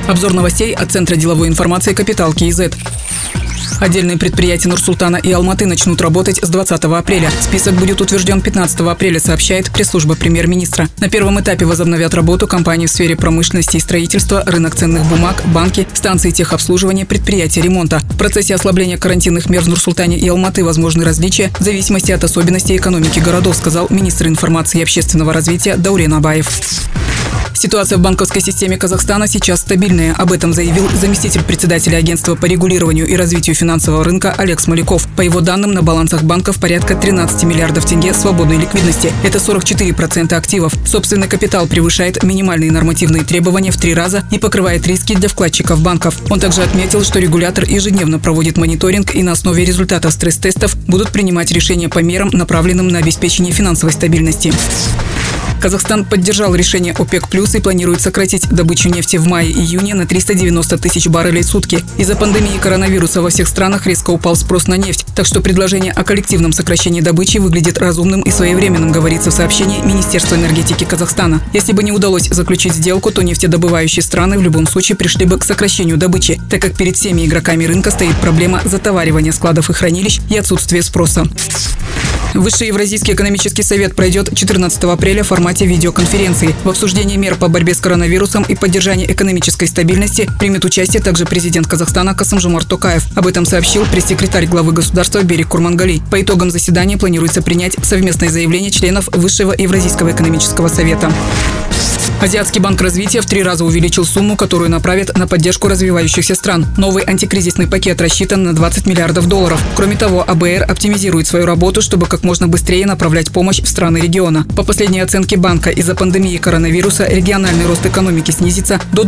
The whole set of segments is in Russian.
Обзор новостей от Центра деловой информации «Капитал КИЗ». Отдельные предприятия Нур-Султана и Алматы начнут работать с 20 апреля. Список будет утвержден 15 апреля, сообщает пресс-служба премьер-министра. На первом этапе возобновят работу компании в сфере промышленности и строительства, рынок ценных бумаг, банки, станции техобслуживания, предприятия ремонта. В процессе ослабления карантинных мер в Нур-Султане и Алматы возможны различия в зависимости от особенностей экономики городов, сказал министр информации и общественного развития Даурен Абаев. Ситуация в банковской системе Казахстана сейчас стабильная. Об этом заявил заместитель председателя агентства по регулированию и развитию финансового рынка Олег Смоляков. По его данным, на балансах банков порядка 13 миллиардов тенге свободной ликвидности. Это 44% активов. Собственный капитал превышает минимальные нормативные требования в 3 раза и покрывает риски для вкладчиков банков. Он также отметил, что регулятор ежедневно проводит мониторинг и на основе результатов стресс-тестов будут принимать решения по мерам, направленным на обеспечение финансовой стабильности. Казахстан поддержал решение ОПЕК+ и планирует сократить добычу нефти в мае-июне на 390 тысяч баррелей в сутки. Из-за пандемии коронавируса во всех странах резко упал спрос на нефть, так что предложение о коллективном сокращении добычи выглядит разумным и своевременным, говорится в сообщении Министерства энергетики Казахстана. Если бы не удалось заключить сделку, то нефтедобывающие страны в любом случае пришли бы к сокращению добычи, так как перед всеми игроками рынка стоит проблема затоваривания складов и хранилищ и отсутствия спроса. Высший Евразийский экономический совет пройдет 14 апреля в формате видеоконференции. В обсуждении мер по борьбе с коронавирусом и поддержании экономической стабильности примет участие также президент Казахстана Касым-Жомарт Токаев. Об этом сообщил пресс-секретарь главы государства Берик Курмангали. По итогам заседания планируется принять совместное заявление членов Высшего Евразийского экономического совета. Азиатский банк развития в 3 раза увеличил сумму, которую направит на поддержку развивающихся стран. Новый антикризисный пакет рассчитан на $20 миллиардов. Кроме того, АБР оптимизирует свою работу, чтобы как можно быстрее направлять помощь в страны региона. По последней оценке банка, из-за пандемии коронавируса региональный рост экономики снизится до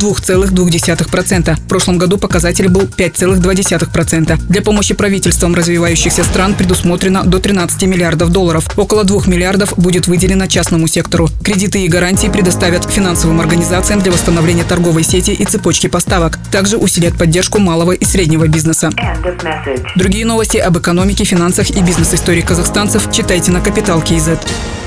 2,2%. В прошлом году показатель был 5,2%. Для помощи правительствам развивающихся стран предусмотрено до $13 миллиардов. Около 2 миллиардов будет выделено частному сектору. Кредиты и гарантии предоставят финансовым организациям для восстановления торговой сети и цепочки поставок. Также усилят поддержку малого и среднего бизнеса. Другие новости об экономике, финансах и бизнес-истории казахстанцев читайте на Капитал КИЗ.